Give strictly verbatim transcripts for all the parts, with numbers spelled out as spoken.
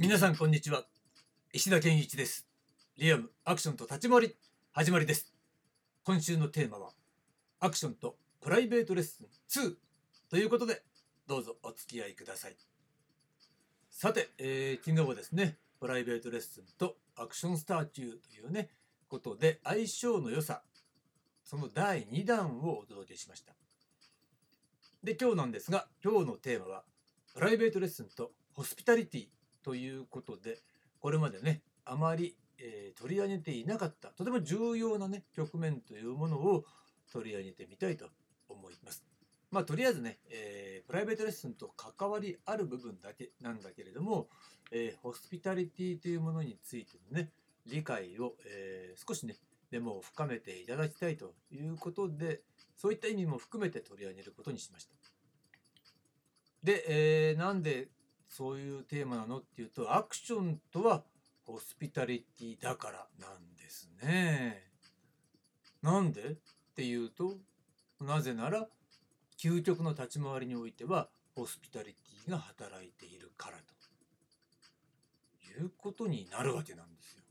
皆さんこんにちは。石田健一です。リアムアクションと立ち回り始まりです。今週のテーマはアクションとプライベートレッスンツーということで、どうぞお付き合いください。さて、えー、昨日はですね、プライベートレッスンとアクションスター級というねことで相性の良さ、そのだいにだんをお届けしました。で、今日なんですが、今日のテーマはプライベートレッスンとホスピタリティということで、これまでねあまり、えー、取り上げていなかったとても重要なね局面というものを取り上げてみたいと思います。まあとりあえずね、えー、プライベートレッスンと関わりある部分だけなんだけれども、えー、ホスピタリティというものについてのね理解を、えー、少しねでも深めていただきたいということで、そういった意味も含めて取り上げることにしました。で、えー、なんでそういうテーマなのっていうと、アクションとはホスピタリティだからなんですね。なんでっていうと、なぜなら究極の立ち回りにおいてはホスピタリティが働いているからということになるわけなんですよ。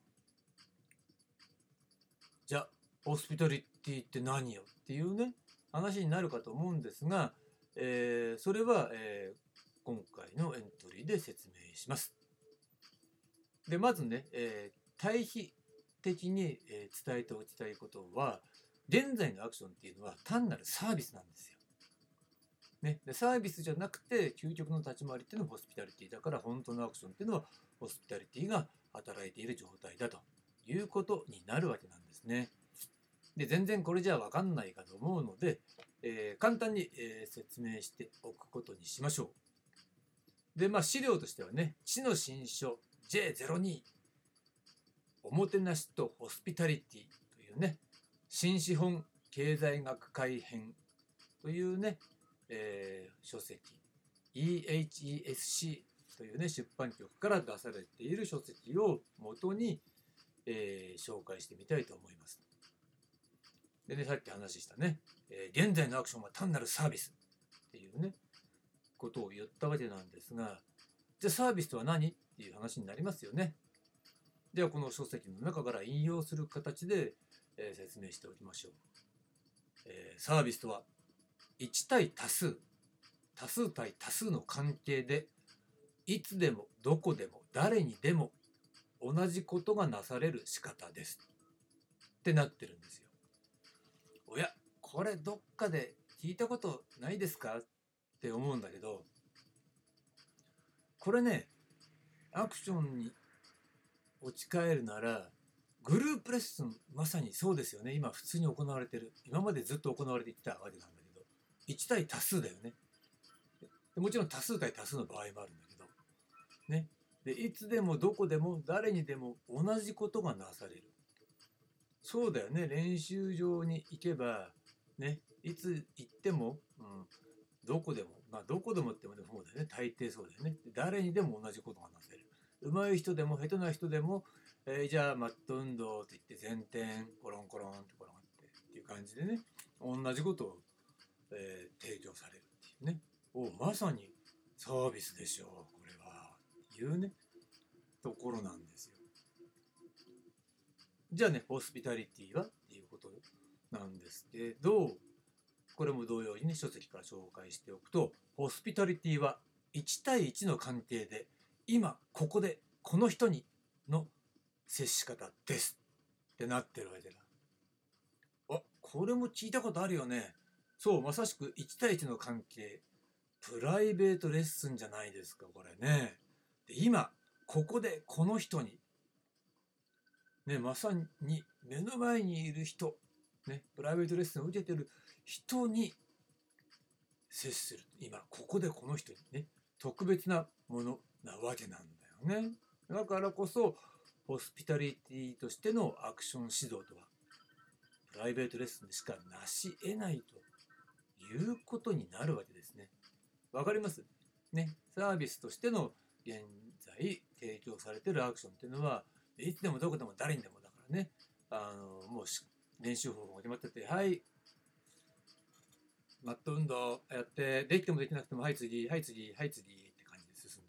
じゃあホスピタリティって何よっていうね話になるかと思うんですが、えー、それは、えー、今回のエントリーで説明します。でまずね、えー、対比的に、えー、伝えておきたいことは、現在のアクションっていうのは単なるサービスなんですよ。ね、でサービスじゃなくて究極の立ち回りっていうのはホスピタリティだから、本当のアクションっていうのはホスピタリティが働いている状態だということになるわけなんですね。で全然これじゃ分かんないかと思うので、えー、簡単に、えー、説明しておくことにしましょう。でまあ資料としてはね、知の新書 ジェイゼロに おもてなしとホスピタリティというね、新資本経済学会編というね、えー、書籍 イーエイチイーエスシー というね出版局から出されている書籍を元に、えー、紹介してみたいと思います。でね、さっき話したね、えー、現在のアクションは単なるサービスっていうねことを言ったわけなんですが、じゃあサービスとは何っていう話になりますよね。ではこの書籍の中から引用する形で、えー、説明しておきましょう。えー、サービスとはいち対多数、多数対多数の関係で、いつでもどこでも誰にでも同じことがなされる仕方ですってなってるんですよ。おや、これどっかで聞いたことないですかって思うんだけど、これねアクションに置き換えるなら、グループレッスンまさにそうですよね。今普通に行われてる、今までずっと行われてきたわけなんだけど、いち対多数だよね。もちろん多数対多数の場合もあるんだけどね。でいつでもどこでも誰にでも同じことがなされる。そうだよね。練習場に行けばね、いつ行っても、うん、どこでも、まあどこでもってもそうだよね。大抵そうだよね。誰にでも同じことがなされる。上手い人でも下手な人でも、えー、じゃあマット運動って言って前転コロンコロンって転がってっていう感じでね、同じことを、えー、提供されるっていうね。おまさにサービスでしょうこれはいうねところなんですよ。じゃあね、ホスピタリティはっていうことなんですけど、これも同様にね書籍から紹介しておくと、ホスピタリティはいち対いちの関係で、今ここでこの人にの接し方ですってなってるわけだ。あ、これも聞いたことあるよね。そう、まさしくいち対いちの関係、プライベートレッスンじゃないですかこれね。で今ここでこの人にね、まさに目の前にいる人、ね、プライベートレッスンを受けてる人に接する、今ここでこの人にね特別なものなわけなんだよね。だからこそホスピタリティとしてのアクション指導とはプライベートレッスンでしかなし得ないということになるわけですね。わかりますね。サービスとしての現在提供されているアクションっていうのはいつでもどこでも誰にでもだからね、あのもう練習方法が決まってて、はいマット運動やって、できてもできなくてもはい次はい次はい次って感じで進んでいくってい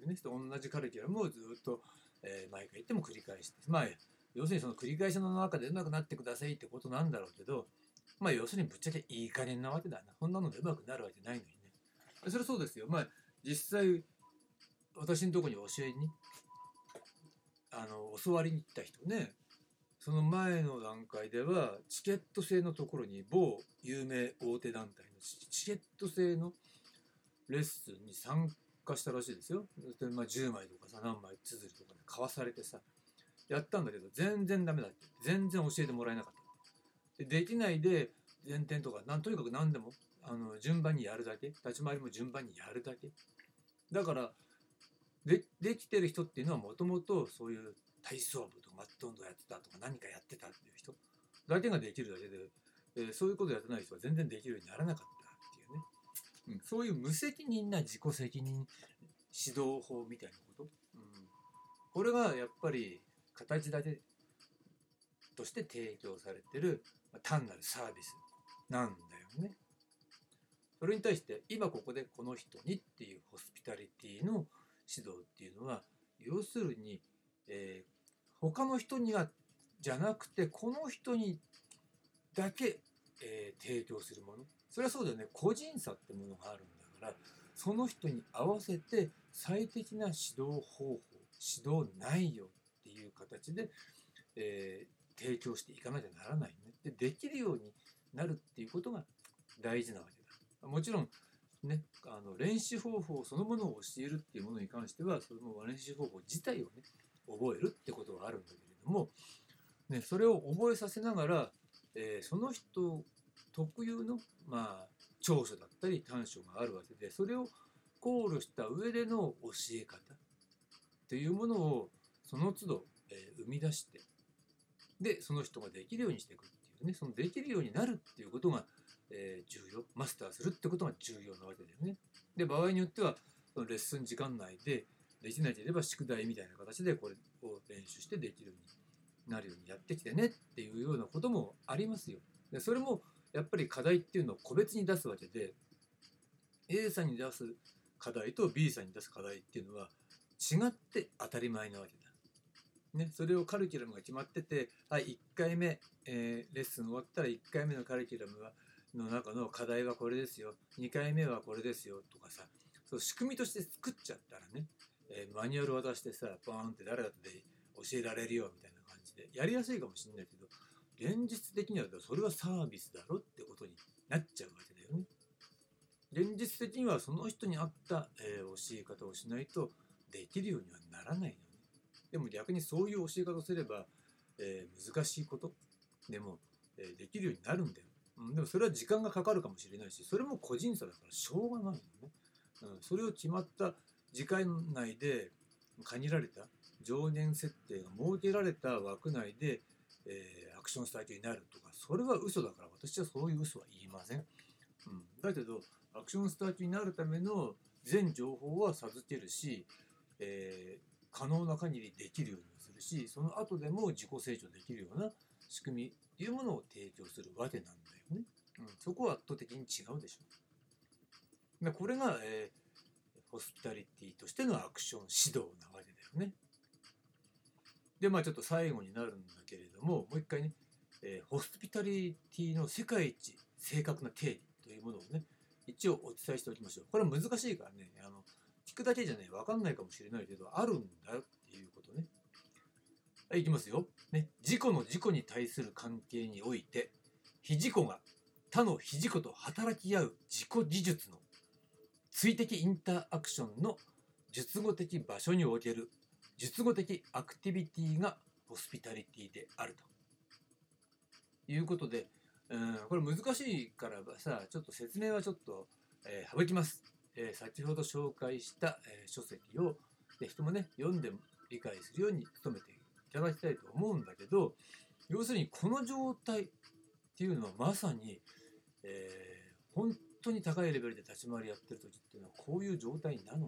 いうね、同じカリキュラムをずっと、えー、毎回言っても繰り返して、まあ要するにその繰り返しの中でうまくなってくださいってことなんだろうけど、まあ要するにぶっちゃけいい加減なわけだな。こんなのでうまくなるわけないのにね。それはそうですよ。まあ実際私のとこに教えにあの教わりに行った人ね、その前の段階ではチケット制のところに某有名大手団体のチケット制のレッスンに参加したらしいですよ。で、まあ、じゅうまいとかさ何枚綴りとかで買わされてさやったんだけど全然ダメだって全然教えてもらえなかったでできないで前転とかなんとにかく何でもあの順番にやるだけ立ち回りも順番にやるだけだからでできてる人っていうのはもともとそういう体操部とかマット運動やってたとか何かやってたっていう人だけができるだけで、えー、そういうことやってない人は全然できるようにならなかったっていうね、うん、そういう無責任な自己責任指導法みたいなこと、うん、これがやっぱり形だけとして提供されてる単なるサービスなんだよね。それに対して今ここでこの人にっていうホスピタリティの指導っていうのは要するに、えー、他の人にはじゃなくてこの人にだけ、えー、提供するものそれはそうだよね個人差ってものがあるんだからその人に合わせて最適な指導方法指導内容っていう形で、えー、提供していかなきゃならないねでできるようになるっていうことが大事なわけだもちろんね、あの練習方法そのものを教えるっていうものに関してはその練習方法自体をね覚えるってことはあるんだけれども、ね、それを覚えさせながら、えー、その人特有の、まあ、長所だったり短所があるわけでそれを考慮した上での教え方というものをその都度、えー、生み出してでその人ができるようにしていくっていうねそのできるようになるっていうことがえー、重要マスターするってことが重要なわけだよね。で場合によってはそのレッスン時間内でできなければ宿題みたいな形でこれを練習してできるようになるようにやってきてねっていうようなこともありますよ。でそれもやっぱり課題っていうのを個別に出すわけで A さんに出す課題と B さんに出す課題っていうのは違って当たり前なわけだ。ね、それをカリキュラムが決まってて、はい、いっかいめ、えー、レッスン終わったらいっかいめのカリキュラムはの中の課題はこれですよにかいめはこれですよとかさそう仕組みとして作っちゃったらね、えー、マニュアル渡してさバーンって誰だって教えられるよみたいな感じでやりやすいかもしれないけど現実的にはそれはサービスだろってことになっちゃうわけだよね。現実的にはその人に合った、えー、教え方をしないとできるようにはならないのね。でも逆にそういう教え方をすれば、えー、難しいことでも、えー、できるようになるんだよ。うん、でもそれは時間がかかるかもしれないしそれも個人差だからしょうがないのね、うん、それを決まった時間内で限られた上限設定が設けられた枠内で、えー、アクションスタートになるとかそれは嘘だから私はそういう嘘は言いません、うん、だけどアクションスタートになるための全情報は授けるし、えー可能な限りできるようにするしその後でも自己成長できるような仕組みっていうものを提供するわけなんだよね、うん、そこは圧倒的に違うでしょ。でこれが、えー、ホスピタリティとしてのアクション指導なわけだよね。でまあちょっと最後になるんだけれどももう一回ね、えー、ホスピタリティの世界一正確な定義というものをね一応お伝えしておきましょう。これは難しいからねあの聞くだけじゃね分かんないかもしれないけどあるんだよっていうことね。はい、いきますよ、ね、自己の自己に対する関係において非自己が他の非自己と働き合う自己自述の対的インターアクションの術後的場所における術後的アクティビティがホスピタリティであるということで、うん、これ難しいからさちょっと説明はちょっと、えー、省きます。えー、先ほど紹介した、えー、書籍をぜひともね読んで理解するように努めていただきたいと思うんだけど要するにこの状態っていうのはまさに、えー、本当に高いレベルで立ち回りやってる時っていうのはこういう状態なのね。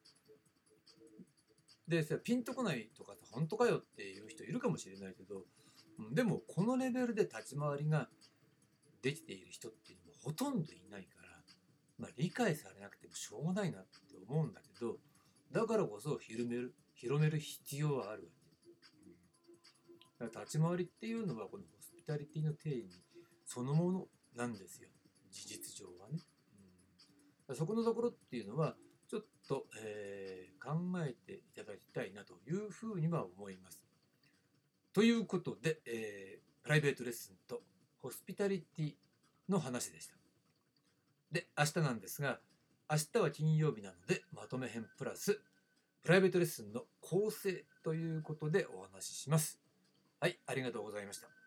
でさピンとこないとか本当かよっていう人いるかもしれないけどでもこのレベルで立ち回りができている人っていうのもほとんどいないから、まあ、理解されなくてもしょうがないなって思うんだけどだからこそ広める広める必要はあるわけ。うん、だから立ち回りっていうのはこのホスピタリティの定義そのものなんですよ、事実上はね。うん、そこのところっていうのはちょっと、えー、考えていただきたいなというふうには思います。ということで、えー、プライベートレッスンとホスピタリティの話でした。で、明日なんですが、明日は金曜日なのでまとめ編プラスプライベートレッスンの構成ということでお話しします。はい、ありがとうございました。